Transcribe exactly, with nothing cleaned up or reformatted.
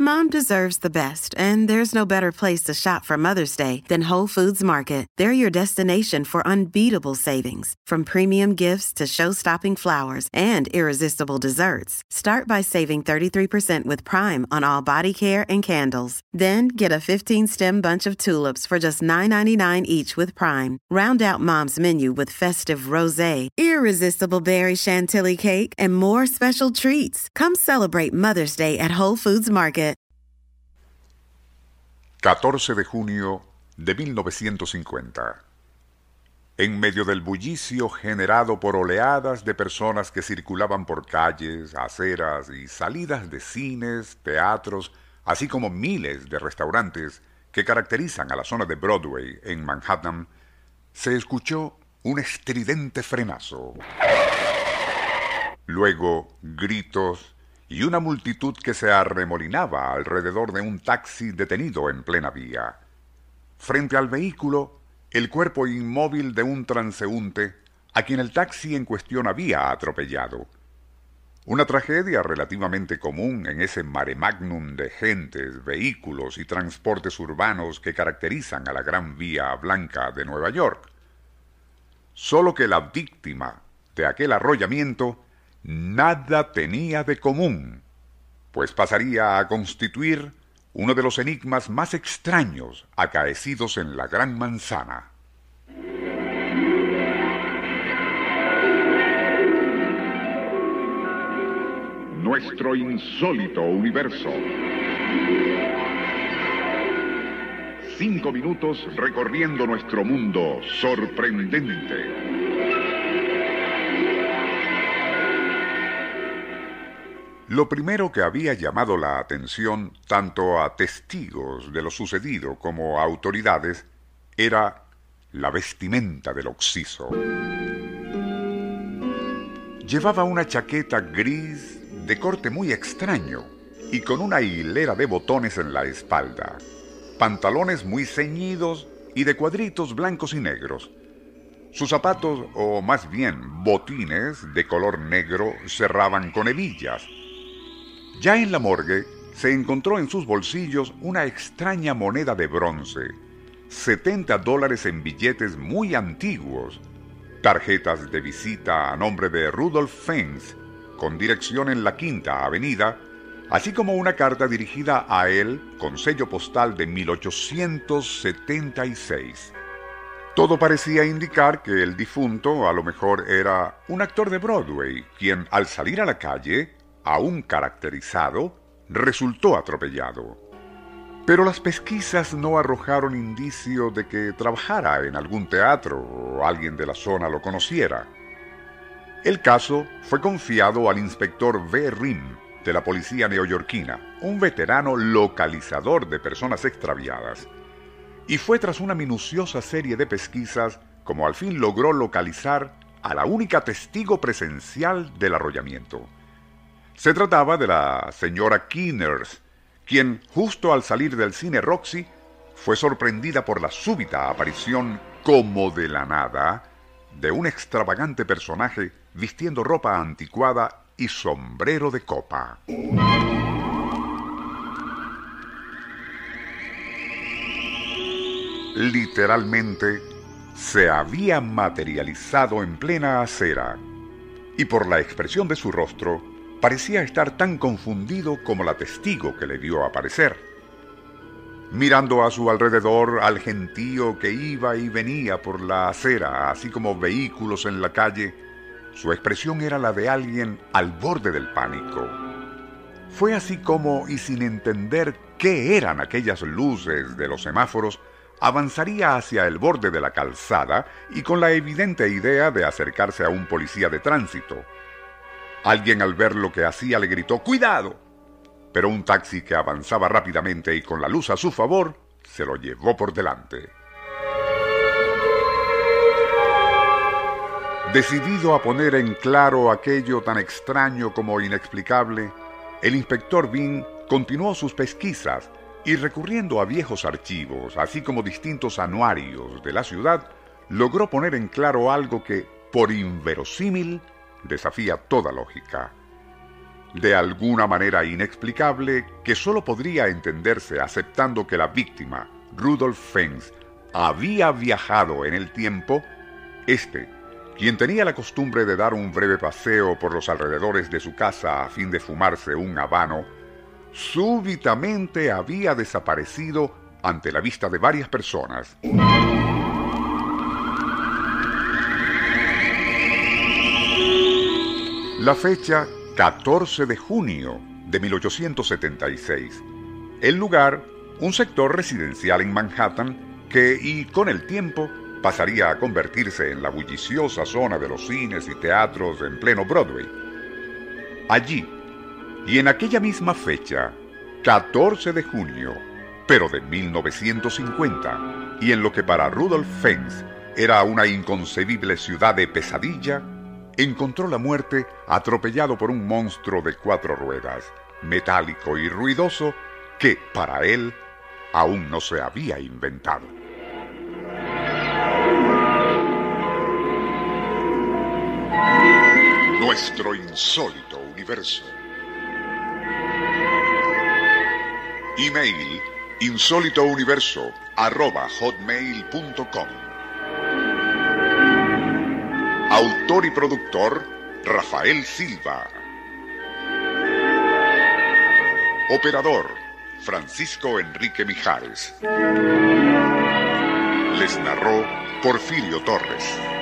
Mom deserves the best, and there's no better place to shop for Mother's Day than Whole Foods Market. They're your destination for unbeatable savings, from premium gifts to show-stopping flowers and irresistible desserts. Start by saving thirty-three percent with Prime on all body care and candles. Then get a fifteen-stem bunch of tulips for just nine ninety-nine each with Prime. Round out Mom's menu with festive rosé, irresistible berry chantilly cake, and more special treats. Come celebrate Mother's Day at Whole Foods Market. catorce de junio de mil novecientos cincuenta. En medio del bullicio generado por oleadas de personas que circulaban por calles, aceras y salidas de cines, teatros, así como miles de restaurantes que caracterizan a la zona de Broadway en Manhattan, se escuchó un estridente frenazo. Luego, gritos y una multitud que se arremolinaba alrededor de un taxi detenido en plena vía. Frente al vehículo, el cuerpo inmóvil de un transeúnte a quien el taxi en cuestión había atropellado. Una tragedia relativamente común en ese mare magnum de gentes, vehículos y transportes urbanos que caracterizan a la Gran Vía Blanca de Nueva York. Solo que la víctima de aquel arrollamiento nada tenía de común, pues pasaría a constituir uno de los enigmas más extraños acaecidos en la Gran Manzana. Nuestro insólito universo. Cinco minutos recorriendo nuestro mundo sorprendente. Lo primero que había llamado la atención tanto a testigos de lo sucedido como a autoridades era la vestimenta del occiso. Llevaba una chaqueta gris de corte muy extraño y con una hilera de botones en la espalda, pantalones muy ceñidos y de cuadritos blancos y negros. Sus zapatos, o más bien botines de color negro, cerraban con hebillas. Ya en la morgue se encontró en sus bolsillos una extraña moneda de bronce, setenta dólares en billetes muy antiguos, tarjetas de visita a nombre de Rudolph Fentz, con dirección en la Quinta Avenida, así como una carta dirigida a él con sello postal de mil ochocientos setenta y seis. Todo parecía indicar que el difunto a lo mejor era un actor de Broadway, quien al salir a la calle, aún caracterizado, resultó atropellado. Pero las pesquisas no arrojaron indicio de que trabajara en algún teatro o alguien de la zona lo conociera. El caso fue confiado al inspector V. Rim de la policía neoyorquina, un veterano localizador de personas extraviadas, y fue tras una minuciosa serie de pesquisas como al fin logró localizar a la única testigo presencial del arrollamiento. Se trataba de la señora Keeners, quien, justo al salir del cine Roxy, fue sorprendida por la súbita aparición, como de la nada, de un extravagante personaje vistiendo ropa anticuada y sombrero de copa. Literalmente, se había materializado en plena acera, y por la expresión de su rostro, parecía estar tan confundido como la testigo que le vio aparecer. Mirando a su alrededor al gentío que iba y venía por la acera, así como vehículos en la calle, su expresión era la de alguien al borde del pánico. Fue así como, y sin entender qué eran aquellas luces de los semáforos, avanzaría hacia el borde de la calzada y con la evidente idea de acercarse a un policía de tránsito. Alguien al ver lo que hacía le gritó ¡cuidado! Pero un taxi que avanzaba rápidamente y con la luz a su favor, se lo llevó por delante. Decidido a poner en claro aquello tan extraño como inexplicable, el inspector Bean continuó sus pesquisas y recurriendo a viejos archivos, así como distintos anuarios de la ciudad, logró poner en claro algo que, por inverosímil, desafía toda lógica. de alguna manera inexplicable que solo podría entenderse aceptando que la víctima, Rudolf Fentz, había viajado en el tiempo, este, quien tenía la costumbre de dar un breve paseo por los alrededores de su casa a fin de fumarse un habano, súbitamente había desaparecido ante la vista de varias personas. La fecha catorce de junio de mil ochocientos setenta y seis. El lugar, un sector residencial en Manhattan que, y con el tiempo, pasaría a convertirse en la bulliciosa zona de los cines y teatros en pleno Broadway. Allí, y en aquella misma fecha, catorce de junio, pero de mil novecientos cincuenta, y en lo que para Rudolf Fentz era una inconcebible ciudad de pesadilla, encontró la muerte atropellado por un monstruo de cuatro ruedas, metálico y ruidoso, que para él aún no se había inventado. Nuestro insólito universo. Email insólitouniverso arroba hotmail punto com. Autor y productor Rafael Silva. Operador Francisco Enrique Mijares. Les narró Porfirio Torres.